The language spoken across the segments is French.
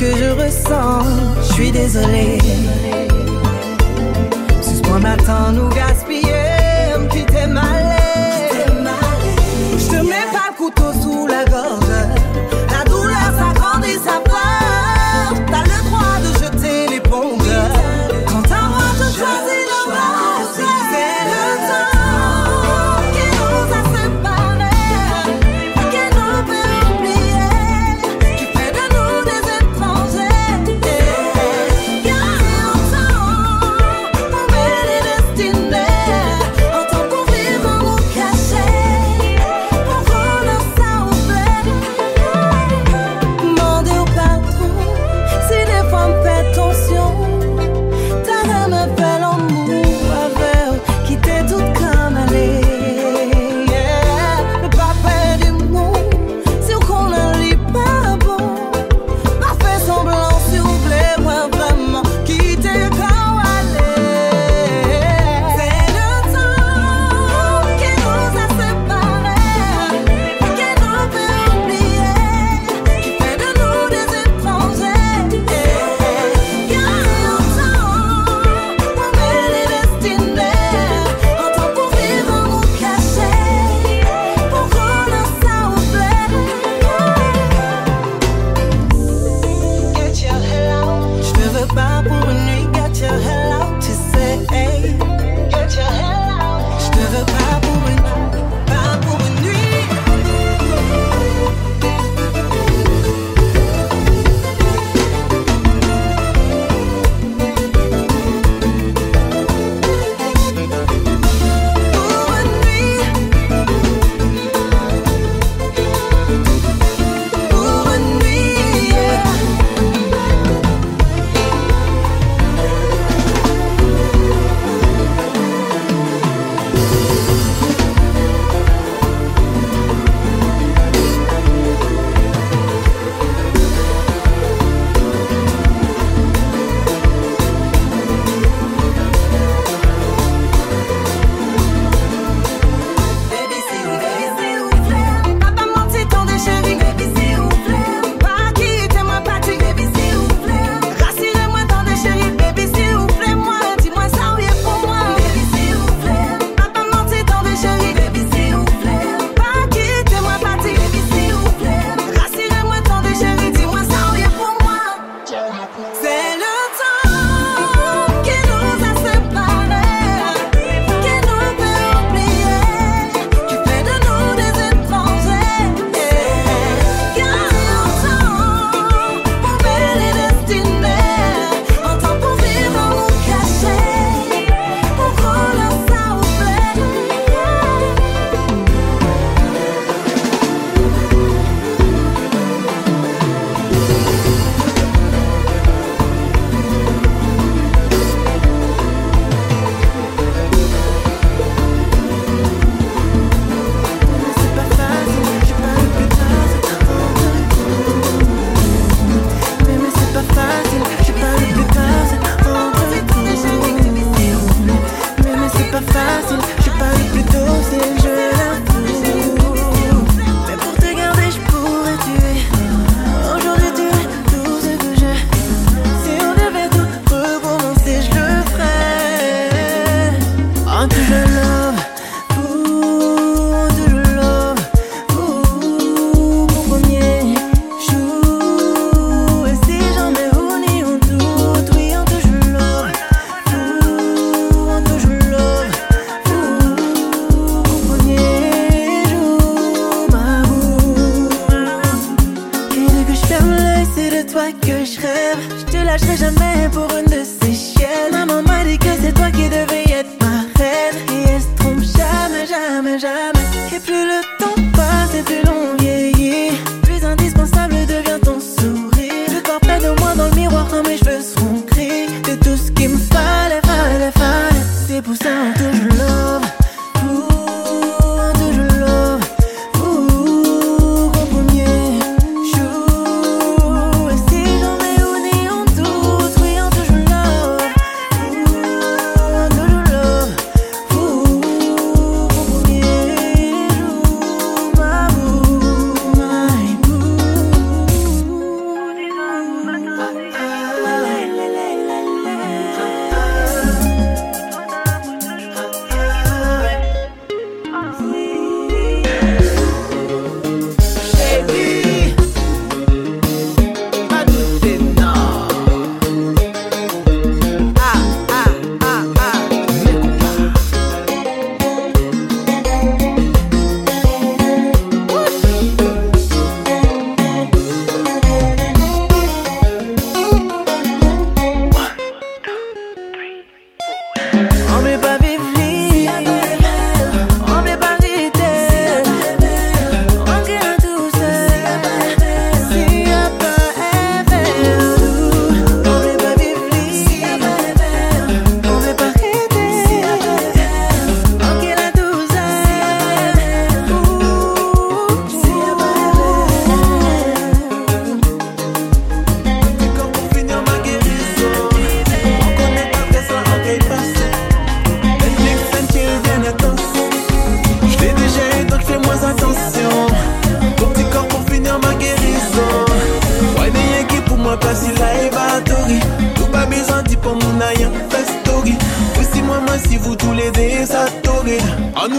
que je ressens. Je suis désolée. Suce-moi maintenant, nous gaspiller, quitter ma lait. Je te mets pas le couteau sous la gorge. La douleur s'agrandit, ça pleure. T'as le droit de jeter l'éponge. Quand ta voix te choisit le bras, c'est le temps qui nous a séparés, qui nous fait oublier, qui fait de nous des étrangers. Il y a un temps pour mêler les destinées, un temps pour vivre en nous cacher, pour qu'on en s'oublie. Demandez au patron si des fois me fait tension. T'as jamais fait l'amour avec qui t'est toute comme elle est. Le papa du monde, si on ne lit pas bon, pas fait semblant si vous voulez, ouais, vraiment, qui t'est comme elle est. C'est le temps qui nous a séparés, qui nous fait oublier, qui fait de nous des étrangers. Il y a un temps pour mêler les destinées, un temps pour vivre en nous cacher, pour qu'on en s'oublie. Get your hell out. Je te veux pas pour une nuit. Get your hell out, tu sais. Hey. Get your hell out. Je te veux pas pour une nuit. Pour une nuit. Pour une nuit, yeah. Baby, s'il vous plaît, papa menti tant de chéri. Baby, s'il vous plaît, pas quitter-moi, pas tu. Baby, s'il vous plaît, rassurez-moi tant de chéri. Baby, s'il vous plaît, moi, dis-moi ça, oui, pour moi. Baby, s'il vous plaît, papa menti tant de chéri. Baby, s'il vous plaît, pas quitter-moi, pas tu. Baby, s'il vous plaît, rassurez-moi tant de chéri. Dis-moi ça, oui, pour moi. C'est le temps qui nous a séparés, qui nous fait oublier, qui fait de nous des étrangers. Il y a un temps pour mêler les destinées, un temps pour vivre en nous cacher, pour qu'on en s'oublie. C'est pas facile, j'ai pas le plus mais c'est pas facile, j'ai pas le plus mais c'est pas facile, j'ai pas le plus docile, je l'avoue. Mais pour te garder, je pourrais tuer. Aujourd'hui, tu es tout ce que j'ai. Si on devait tout recommencer, je le ferais. On te je love, on te je love, mon premier chou. Et si j'en ai uni en tout, oui, on te je love, on te je love, mon premier jour, ma boue. Et dès que je ferme l'œil, c'est de toi que je rêve. Je te lâcherai jamais pour une de ces chiennes. Maman m'a dit que c'est toi qui devais être ma reine. Et elle se trompe jamais, jamais, jamais. Et plus le temps passe et plus l'on vieillit, plus indispensable devient ton sourire. Le corps près de moi dans le miroir quand mes cheveux seront gris. C'est tout ce qu'il me fallait. C'est pour ça on te je love, on te je love, mon premier chou. Et si j'en ai uni en tout, oui, on te je love, on te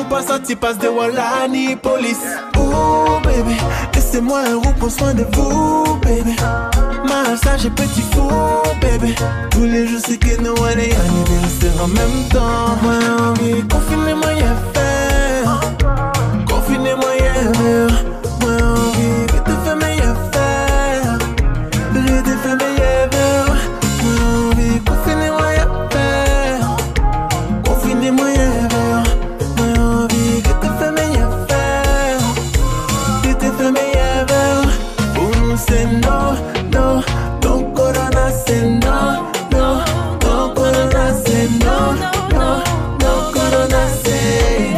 ou pas sorti, passe de Walla ni police. Oh baby, laissez-moi un roux, prends soin de vous, baby. Ma sage et petit fou, baby. Tous les jours c'est que nous on est anniversaire en même temps. Moi envie, confinez-moi y'a faire. Confinez-moi y'a faire. Moi envie, que te fais meilleur faire. Que te fais meilleur faire. Moi envie, confinez-moi y'a faire. Confinez-moi y'a faire. Moi envie, que te fais meilleur faire. Que te fais meilleur faire. Pour nous c'est non. No, no corona, c'est no, no, no corona, c'est no, no, no corona, c'est.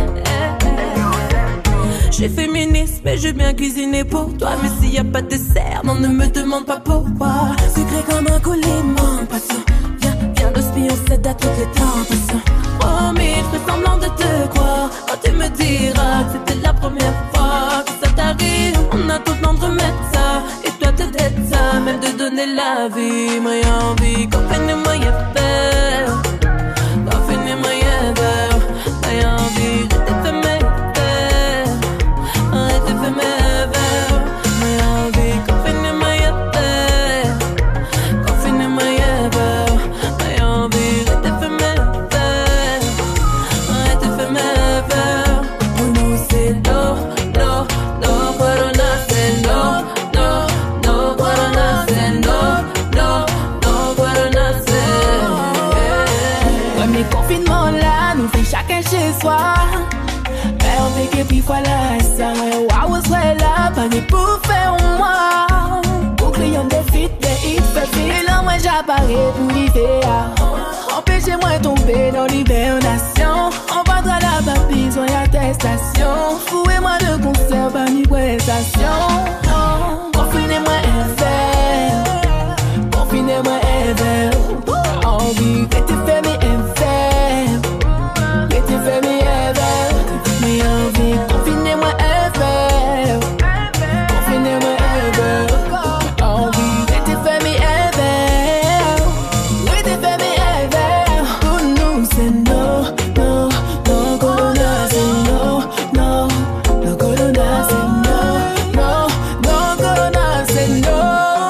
Je suis féministe, mais je veux bien cuisiner pour toi. Mais s'il y a pas de dessert, non, ne me demande pas pourquoi. Sucré comme un coliment, patient. Viens de spion, à toutes les tentations. Oh, mais je fais semblant de te croire. Quand tu me diras que c'était la première fois que ça t'arrive, on a tout le temps de remettre ça. Et toi, t'es d'être ça, même de donner la vie. Moi, y'a envie, confinez-moi, y'a faire. Confinez-moi, y'a faire. Moi, y'a envie, je t'ai fait mes faire. Arrête de faire mes faire. Moi, y'a envie, confinez-moi, y'a faire. Confinez-moi, y'a faire. Moi, y'a envie, je t'ai fait mes faire. Arrête de faire mes faire. Oh non, c'est no, no, no, corona, c'est no, no, no, corona, c'est no, no, no, corona, c'est. Ouais, mais confinement là, nous fait chacun chez soi. Mais on fait que puis voilà, ça. Waouh, serait là, pas des pour faire moi. Pour client des fit, des hits, fait là, moi j'apparais pour l'hiver. Empêchez-moi de tomber dans l'hibernation. On va dans la papille, soin attestation. Fouez-moi de concert par mes prestations. Confinez-moi un verre. Confinez-moi un verre. Envie que tu fais mes verre. Que tu fais mes verre. Mais envie, confinez-moi un verre. Confinez-moi un verre. Envie que tu fais mes verre. Que tu fais mes verre. Pour nous c'est no, no, no corona, c'est no, no, no corona, c'est no, no, no corona, c'est no.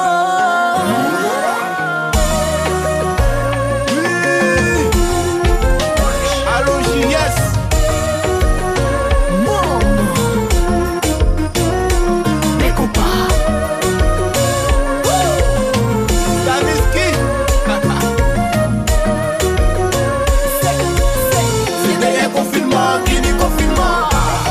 Allô JS. Mes compas. Taniski. C'est derrière confinement, qui dit confinement.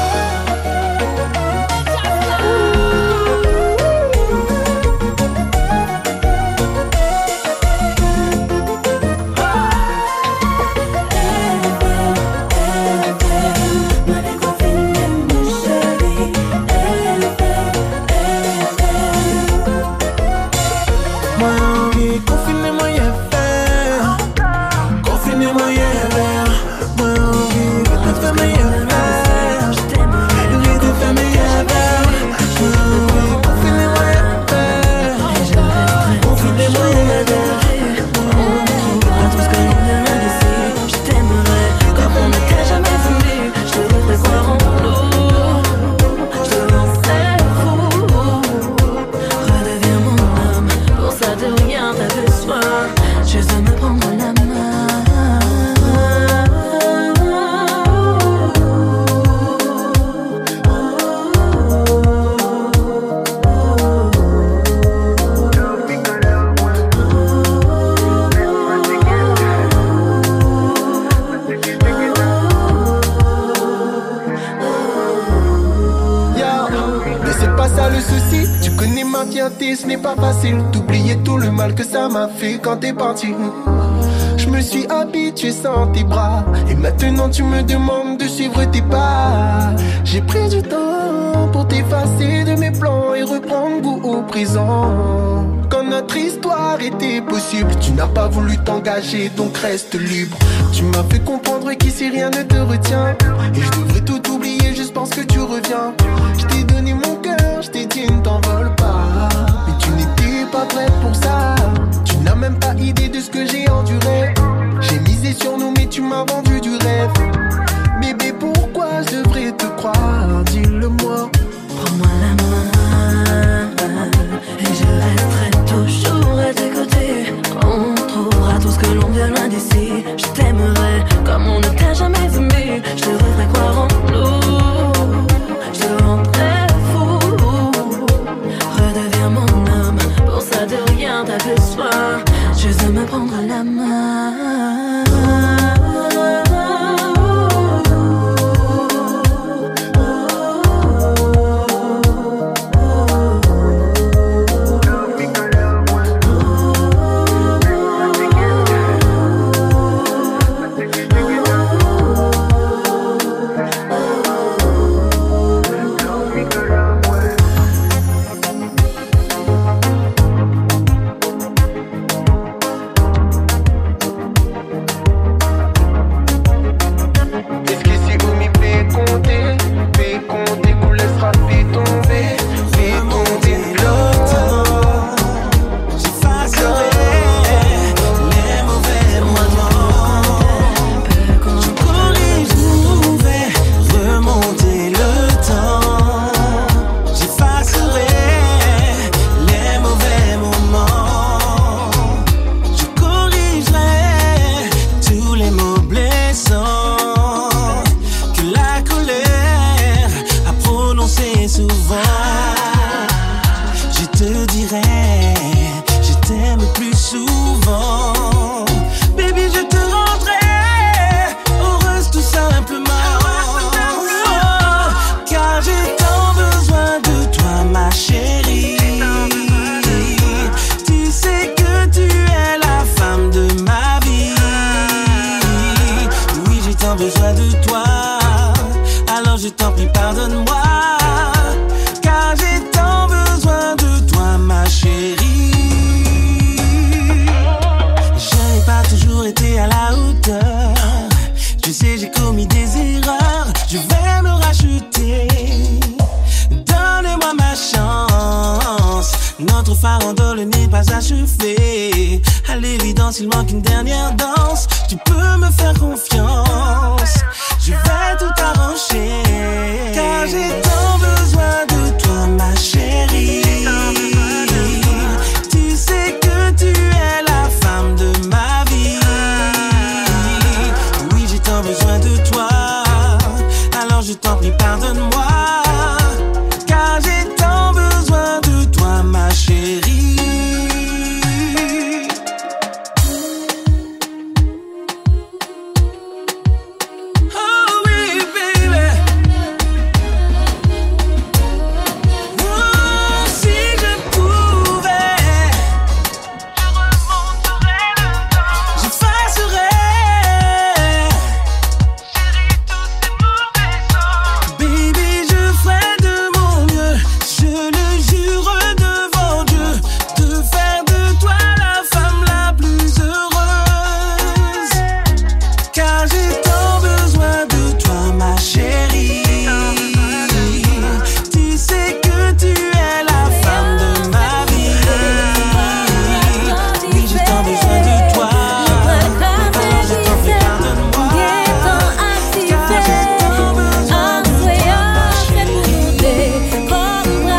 Moi envie, confinez-moi y'a faire. Confinez-moi y'a faire. Moi envie, que te fais meilleur faire. Que te fais meilleur faire. Moi envie, confinez-moi y'a faire. Confinez-moi y'a faire. Tout ce que l'on vient d'ici, je t'aimerais comme on n'était jamais venu. Je te ferais croire en l'eau, je te lancerais fou. Redeviens mon homme, pour ça de rien t'as besoin. Je veux me prendre la Mais c'est pas ça le souci. Tu connais ma fierté, ce n'est pas facile d'oublier tout le mal que ça m'a fait quand t'es parti. Je me suis habitué sans tes bras, et maintenant tu me demandes de suivre tes pas. J'ai pris du temps pour t'effacer de mes plans et reprendre goût au présent. Quand notre histoire était possible, tu n'as pas voulu t'engager, donc reste libre. Tu m'as fait comprendre qu'ici rien ne te retient, et je devrais tout oublier juste parce que tu reviens. Je t'ai donné mon cœur, je t'ai dit ne t'envole pas, mais tu n'étais pas prête pour ça. Tu n'as même pas idée de ce que j'ai enduré. J'ai misé sur nous mais tu m'as vendu du rêve. Bébé, pourquoi te dirais, je t'aime plus souvent. Baby, je te rendrai heureuse tout simplement. Car j'ai tant besoin de toi, ma chérie. Tu sais que tu es la femme de ma vie. Oui, j'ai tant besoin de toi. Alors je t'en prie, pardonne-moi. Car j'ai tant besoin de toi, ma chérie. Je n'ai pas toujours été à la hauteur. Je sais, j'ai commis des erreurs. Je vais me racheter. Donnez-moi ma chance. Notre farandole n'est pas achevée. À l'évidence, il manque une dernière danse. Tu peux me faire confiance. Je vais tout arranger. Car j'ai tant besoin de toi, ma chérie. Tu sais que tu es la femme de ma vie. Oui, j'ai tant besoin de toi. Alors je t'en prie, pardonne-moi. Car j'ai tant besoin de toi, ma chérie. Oh oui, baby. Oh, si je pouvais, je remonterais le temps. J'effacerais, chérie, tous ces mauvais sons. Baby, je ferai de mon mieux, je le jure devant Dieu, de faire de toi la femme la plus heureuse. Car j'ai tant besoin de toi, ma chérie. Tu sais que tu es la femme de ma vie. Oui, j'ai tant besoin de toi. Alors je t'en prie, pardonne-moi. Car j'ai tant besoin de toi, ma chérie.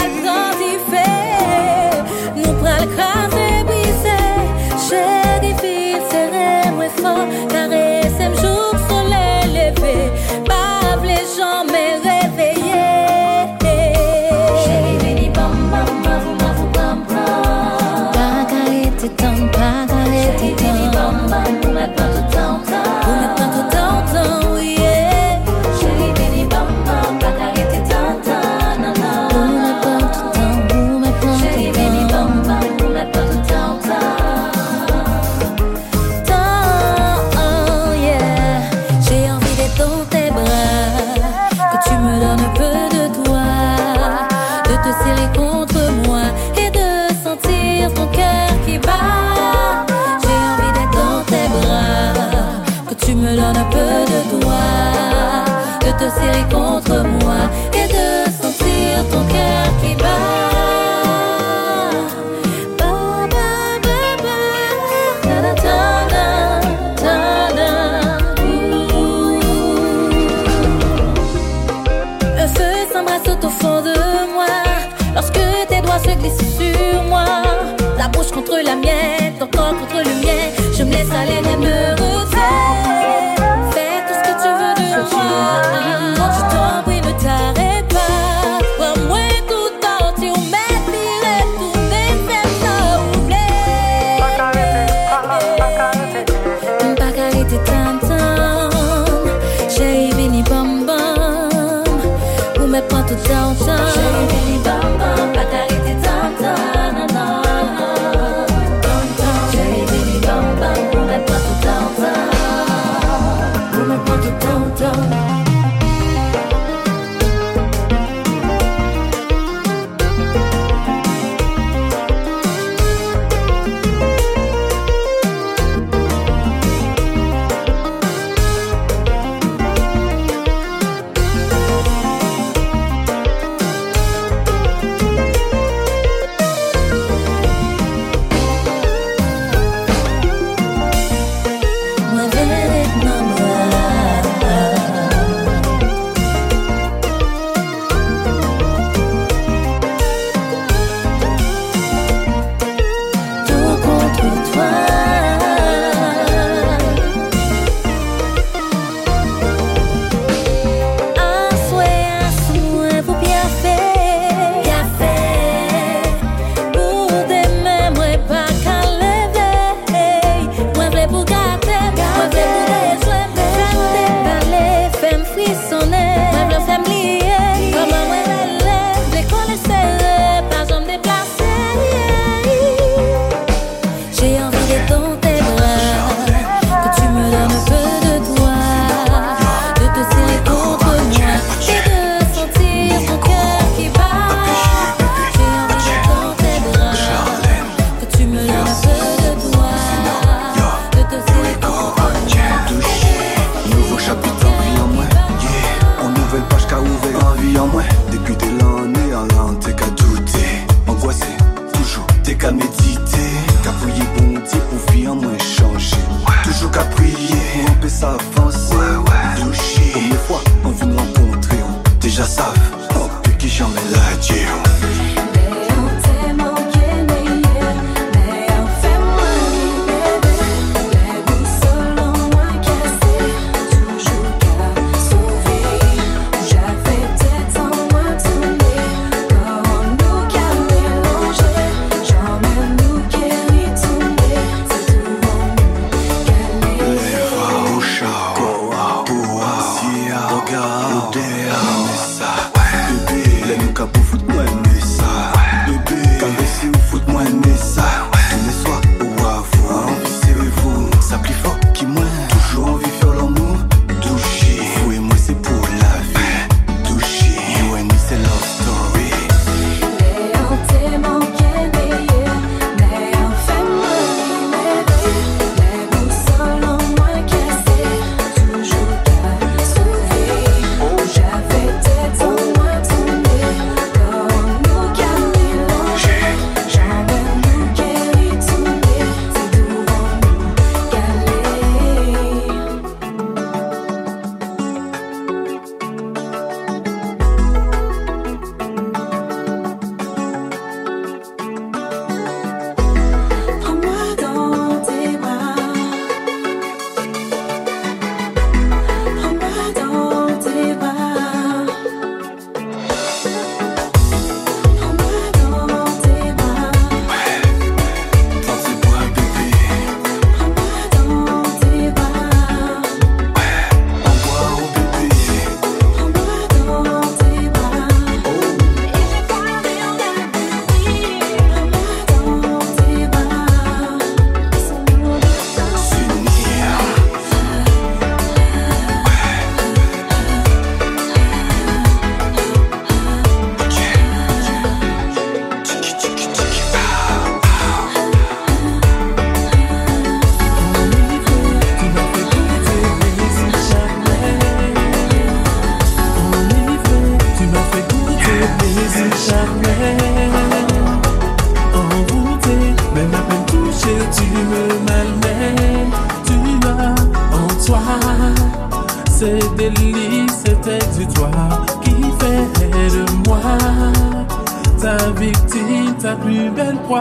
te serrer contre moi et de sentir ton cœur qui bat. Ba, ba, ba, ba. Ta, da, ta, da, ta, da. Le feu s'embrasse au fond de moi lorsque tes doigts se glissent sur moi. La bouche contre la mienne, ton corps contre le mien. Je me laisse aller, ne me retiens. Fais tout ce que tu veux de moi. Quand tu t'en pries. ta victime, ta plus belle proie.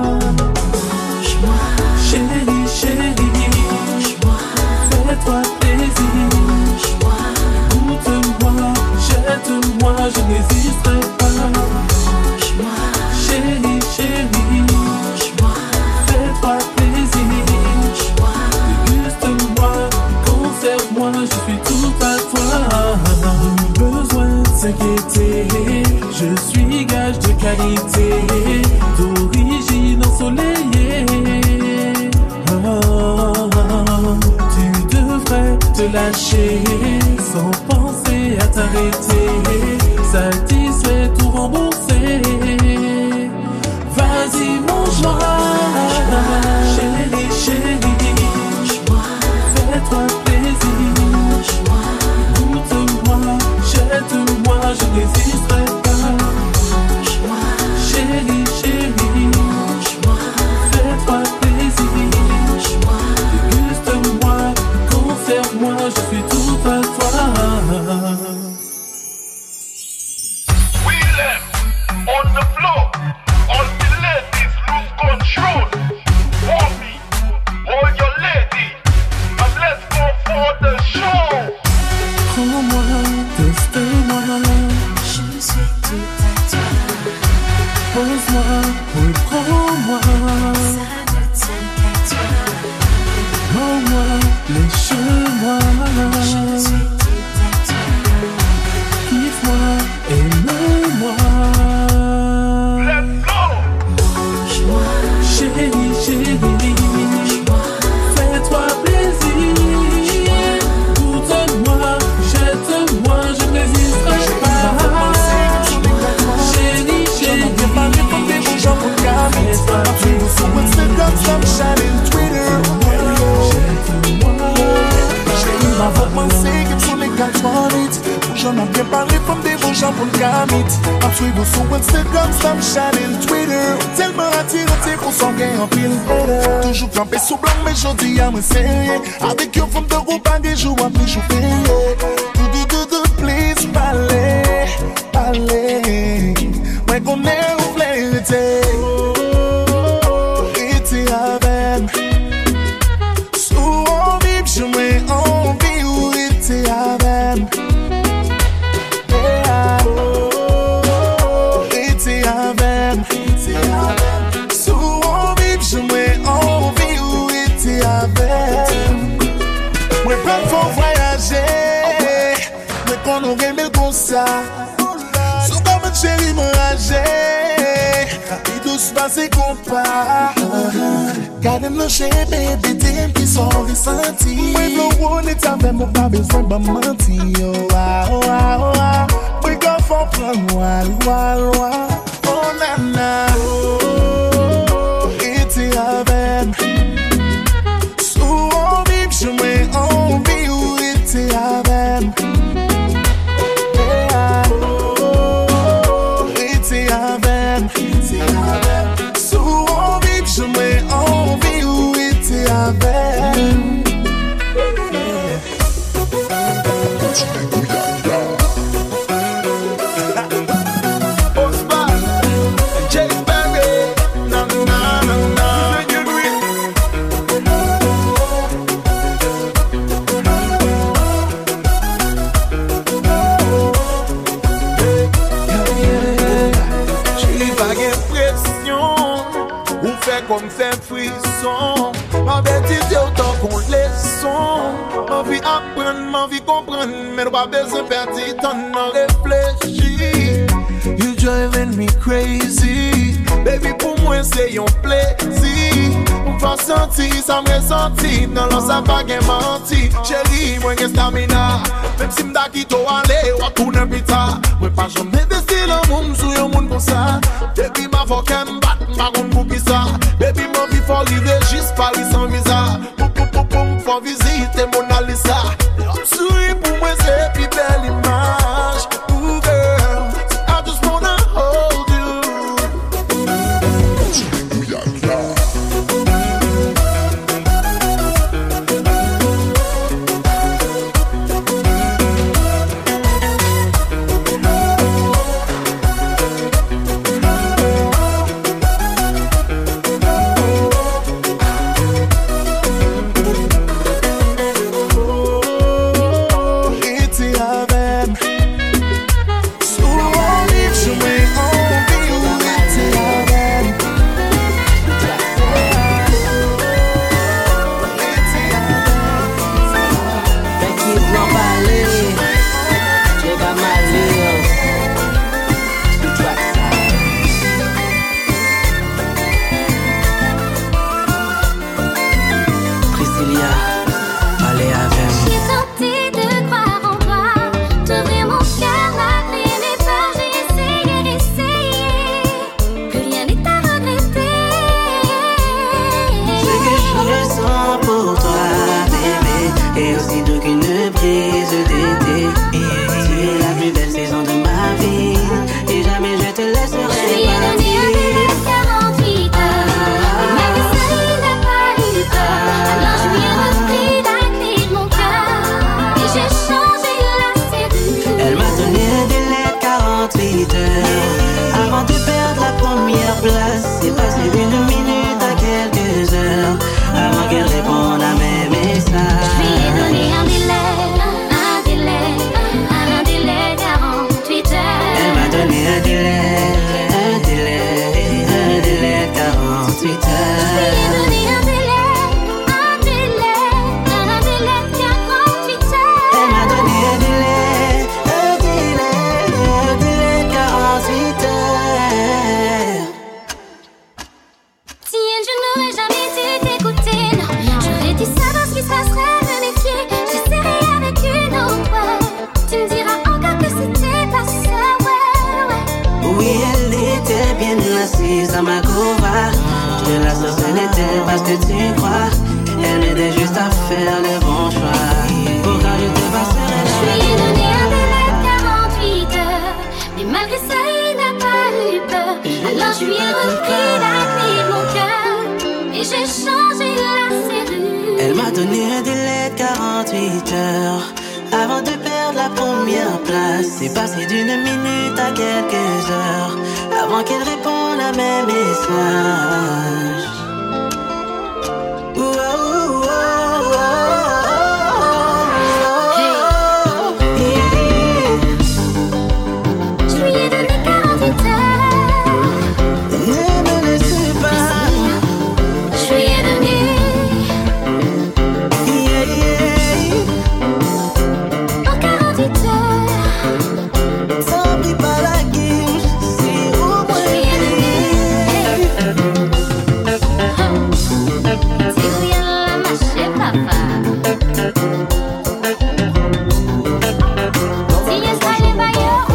Chérie, chérie, fais-toi plaisir. Goûte-moi, jette-moi, je n'hésiterai pas. Chérie, chérie, fais-toi plaisir. Déguste-moi, conserve-moi, je suis tout à toi. Besoin de s'inquiéter, je suis gage de qualité, d'origine ensoleillée. Tu devrais te lâcher sans penser à t'arrêter, satisfait tout rembourser. Vas-y mon joie, chérie, chérie, fais-toi plaisir. Goûte-moi, jette-moi, je n'hésiterai pas. Chérie, chérie, fais-toi plaisir. Déguste-moi, conserve-moi, je suis tout à toi. We left on the floor. All the ladies lose control. Want me, hold your lady, and let's go for the show. Prends-moi, teste-moi. Je suis tout à toi. Pose-moi, reprends-moi. Ça ne tient qu'à toi. Rends-moi, lèche-moi. Je suis tout à toi. Kiffe-moi, aime-moi. Let's go. Chérie, chérie, fais-toi plaisir. Goûte-moi, jette-moi, je n'hésiterai pas. Chérie, chérie, fais-toi J'en ai bien parlé comme des bons gens pour le gamit. I'm suivre sur Instagram, Snapchat et Twitter. Tellement attiré, t'es qu'on s'en gagne en pile. Toujours campé sous blanc, mais je dis à moi c'est rien. Avec une femme de groupe, à des jours, après je paye. Please, parlez, parlez. Moi qu'on est au plaisir. Et avec. Sous envie, je mets envie où était avec. Moi pas faut voyager, mais qu'on aurait aimé comme ça. Sous comme une chérie m'enrager, et douce passer qu'on part. Gardez nos chez bébé, t'aimes qui sont ressentis. Moi non on est avec moi, pas besoin de mentir. Moi qu'on faut prendre loin. Oh nana, et t'es avec. Je mets envie où était avec. Était avec. Sous envie, je mets envie où était avec. Comme fait frisson, ma bêtise autant qu'on leçon. Ma vie apprendre, ma vie comprendre, mais nous pas besoin de perdre du temps à réfléchir. You driving me crazy, baby pour moi c'est un plaisir. On va sentir, ça me ressentir, non non ça va qu'un menti. Chérie, moi j'ai stamina, même si m'da quitté aller, ou à tourner pita. Moi pas jamais décidé le monde sur un monde comme ça. Baby ma faut qu'elle me batte, ma gonne pour qui ça. Baby, mon vie faut livrer juste Paris sans visa. Faut visiter Mona Lisa. Souris pour moi c'est plus belle image. Ooh girl, I just wanna hold you. 48 heures. Je lui ai donné un délai de 48 heures. Elle m'a donné un délai de 48 heures. Tienne, je n'aurais jamais dû t'écouter, non. J'aurais dû savoir ce qui se passerait, me méfier. J'essaierai avec une autre, ouais. Tu me diras encore que c'était pas ça, ouais. Oui, elle était bien assise à ma courba. Je la société parce que tu crois. Elle m'aidait juste à faire les bons choix. Pour quand je te passerai Je lui ai donné un délai de 48 heures. Mais malgré ça, il n'a pas eu peur. Alors je lui ai repris la clé de mon cœur. Et j'ai changé la serrure. Elle m'a donné un délai de 48 heures. Avant de perdre la première place. C'est passé d'une minute à quelques heures. Avant qu'elle réponde à mes messages. Je lui ai donné 48 heures. Ne me laisse pas. Je lui ai donné. En 48 heures. Sans pris par la guiche. C'est au Je lui ai donné. C'est où y'a la machine, papa. Si y'a ça, les bailleurs.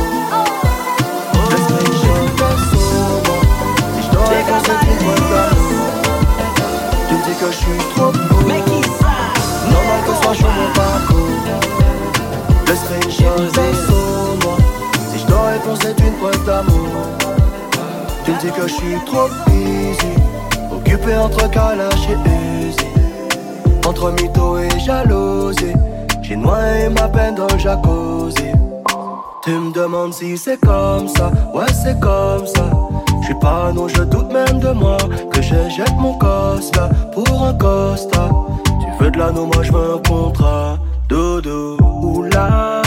Tu me dis que je suis trop beau. Mais qui ça? Normal que ce soit chaud mon parcours. Laisse-moi une chose et moi. Si je te réponds c'est une preuve d'amour. Tu me dis que je suis trop busy. Occupé entre Kalash et Uzi. Entre mytho et jalousie. J'ai noyé ma peine dans le jacuzzi. Tu me demandes si c'est comme ça. Ouais c'est comme ça. J'suis pas non, je doute même de moi. Que je jette mon Costa pour un Costa. Tu veux de l'anneau, moi j'veux un contrat. Dodo, oula,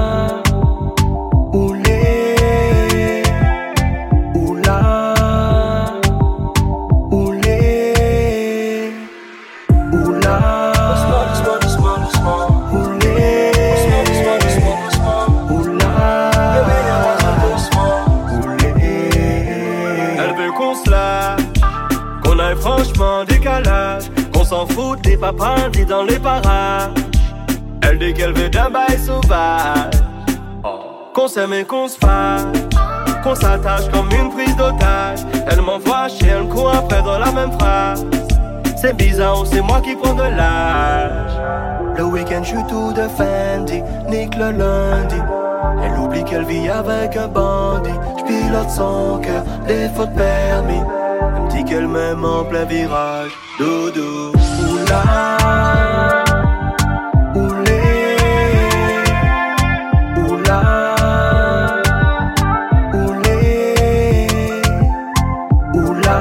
oulé, oula, oulé, oula, Elle veut qu'on se lâche, qu'on aille franchement décalage, qu'on s'en fout des papandis dans les parages. Elle dit qu'elle veut d'un bail sauvage, qu'on s'aime et qu'on se fâche, qu'on s'attache comme une prise d'otage. Elle m'envoie chez elle, court après dans la même phrase. C'est bizarre ou c'est moi qui prends de l'âge. Le week-end j'suis tout de Fendi, nique le lundi. Elle oublie qu'elle vit avec un bandit. J'pilote son cœur, des fautes permis. Elle me dit qu'elle m'aime en plein virage. Doudou, oula, oulé, oula, oulé, oula.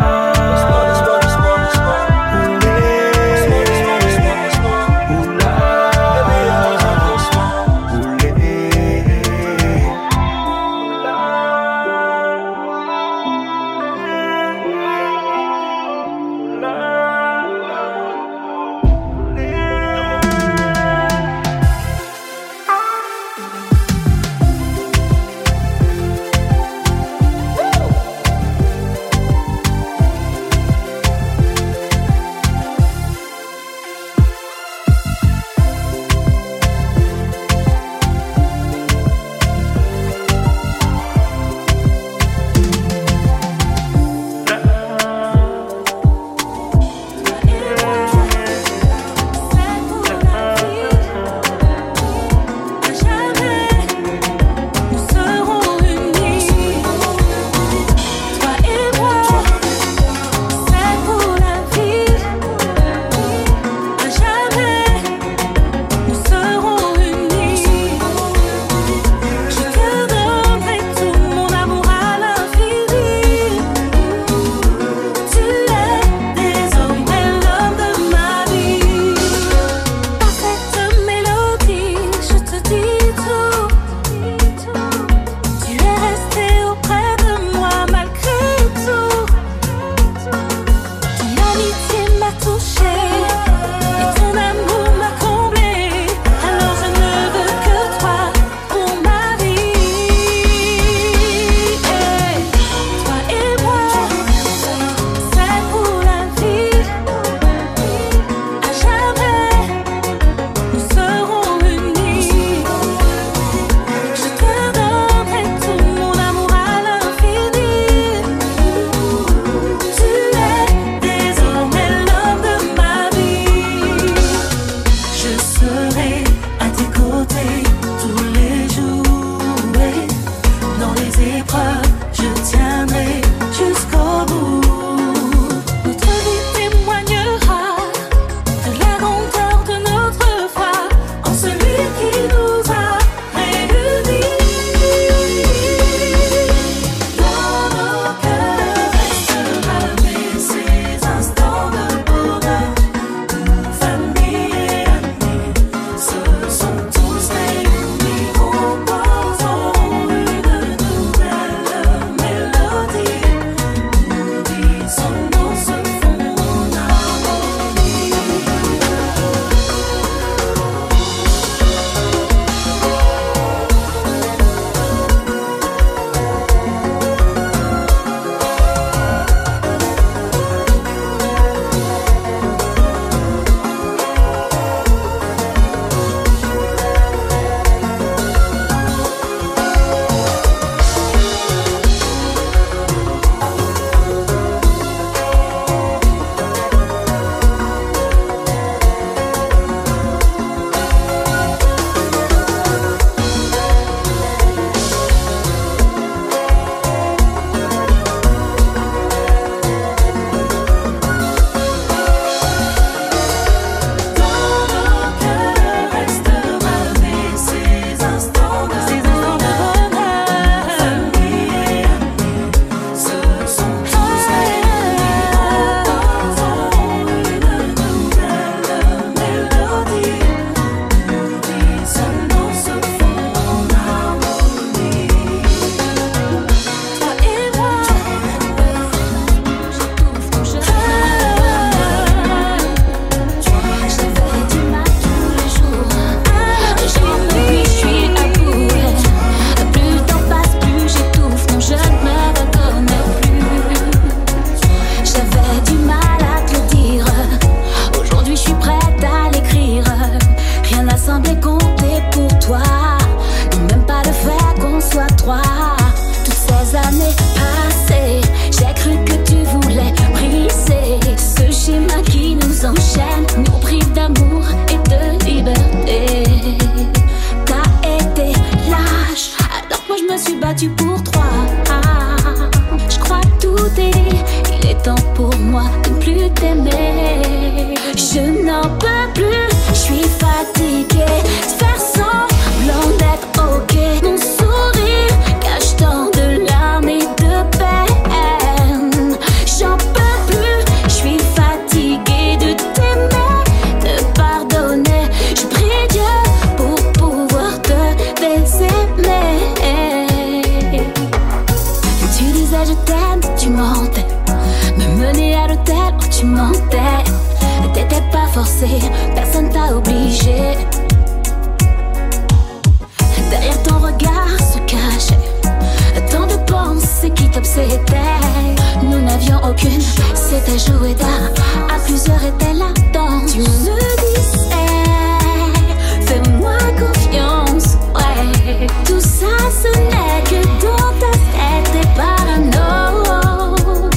aucune. C'était joué d'art, à plusieurs était la danse. Tu me disais, fais-moi confiance, ouais. Tout ça ce n'est que dans ta tête, t'es parano.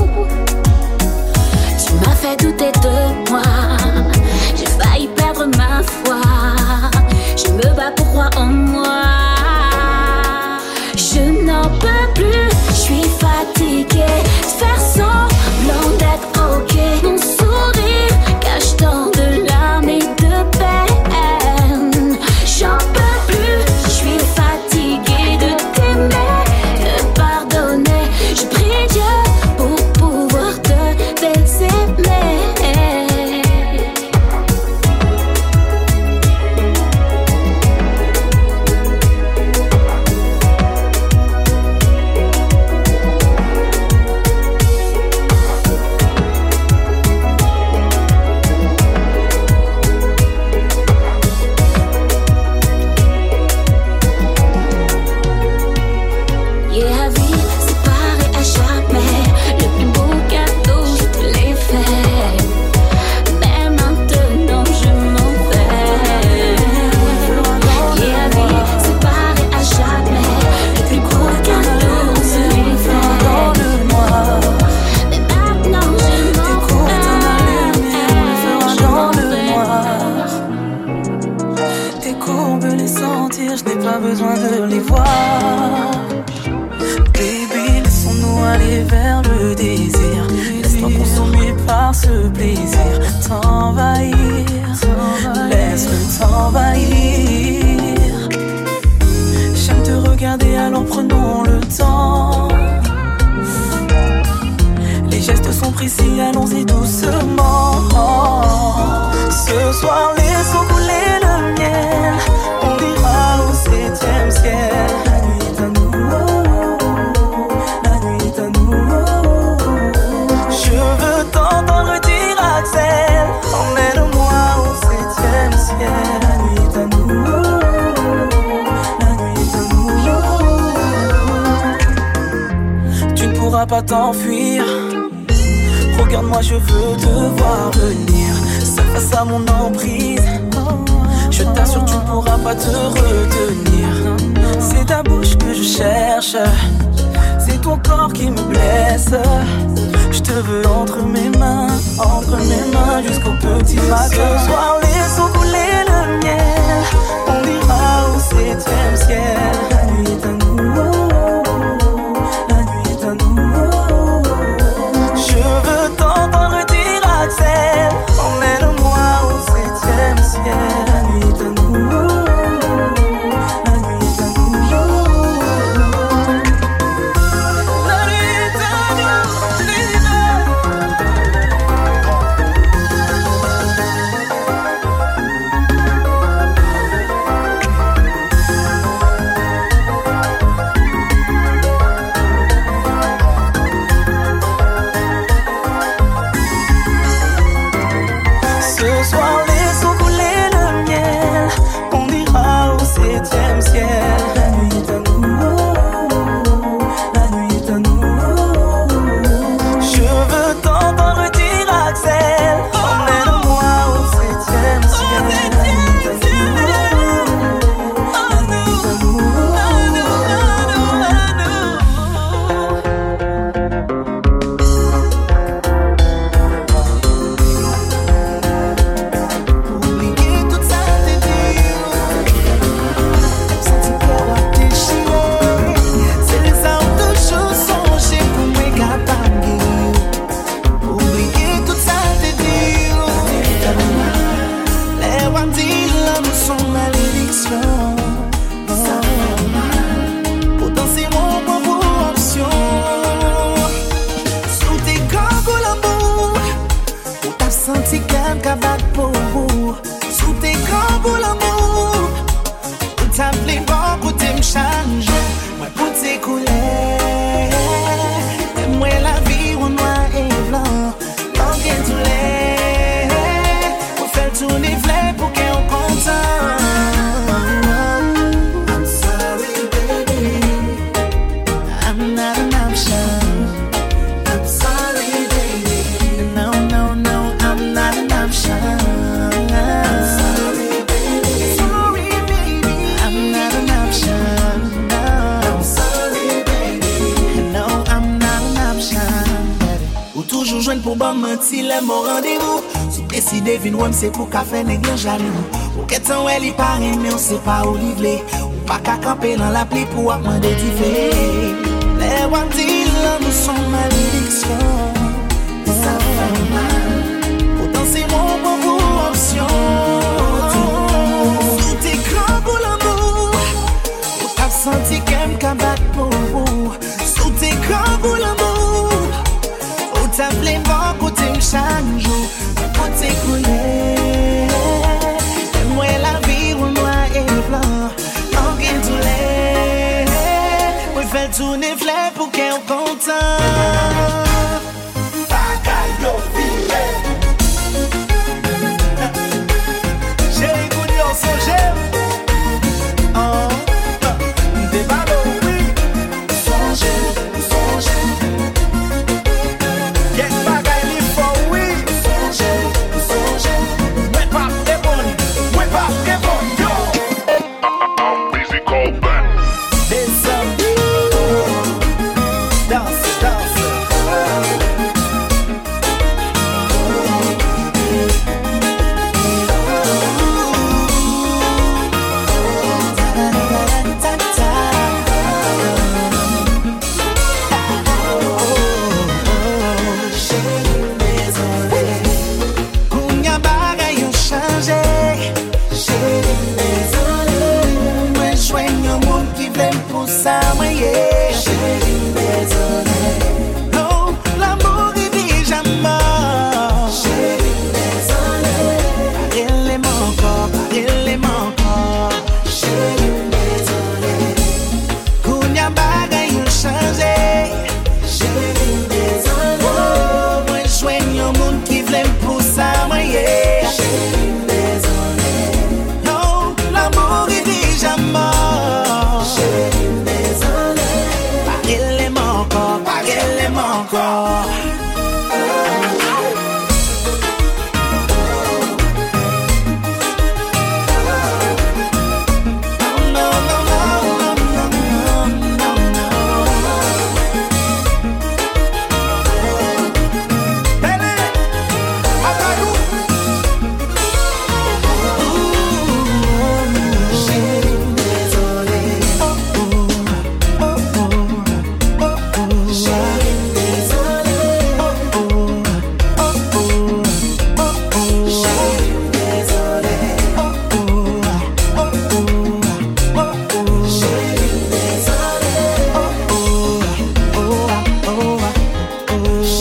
Tu m'as fait douter de moi, j'ai failli perdre ma foi. Je me bats pour croire en moi. Je n'en peux plus, je suis fatiguée de faire semblant d'être ok. Mon sourire cache tant de larmes et de peine. J'en peux plus, je suis fatiguée de t'aimer, de pardonner. Je prie Dieu pour pouvoir te baiser. Besoin de les voir. Baby, laissons-nous aller vers le désir. Laisse-toi consommer par ce plaisir. T'envahir, laisse-le t'envahir. J'aime te regarder, alors prenons le temps. Les gestes sont précis, allons-y doucement. Ce soir, laissons couler le miel. On ira au 7e ciel. La nuit est à nous, la nuit est à nous. Je veux t'entendre dire Axel, emmène-moi au 7e ciel. La nuit est à nous, la nuit est à nous. Tu ne pourras pas t'enfuir. Regarde-moi, je veux te voir venir. Seul face à mon emprise. Je t'assure, tu ne pourras pas te retenir. C'est ta bouche que je cherche, c'est ton corps qui me blesse. Je te veux entre mes mains jusqu'au petit matin. Ce soir, laissons couler le miel. On ira au 7e ciel. La nuit est à nous, la nuit est à nous. Je veux t'entendre dire Axel, emmène-moi au 7e ciel. toujours joindre pour bon mentir, les mots rendez-vous. Si décidé, vin ouem, c'est pour café, nègre jaloux. Ou qu'est-ce ouais, il paraît, mais on sait pas où livrer. Ou pas qu'à camper dans la pluie pour demander d'y faire. Les wandis, là, nous sommes malédiction. Ça fait mal. Pourtant, c'est mon bon option. Sous tes crans pour l'amour. Ou t'as senti qu'elle me cabatte pour vous. Sous tes crans pour l'amour. Ou t'as voulu voir côté chaque jour. Côté coulé. Et moi, la vie, ou noir et blanc. Langue tous les. Oui, fait tourner fleur pour qu'elle soit content.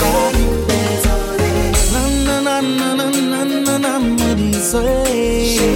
Désolé.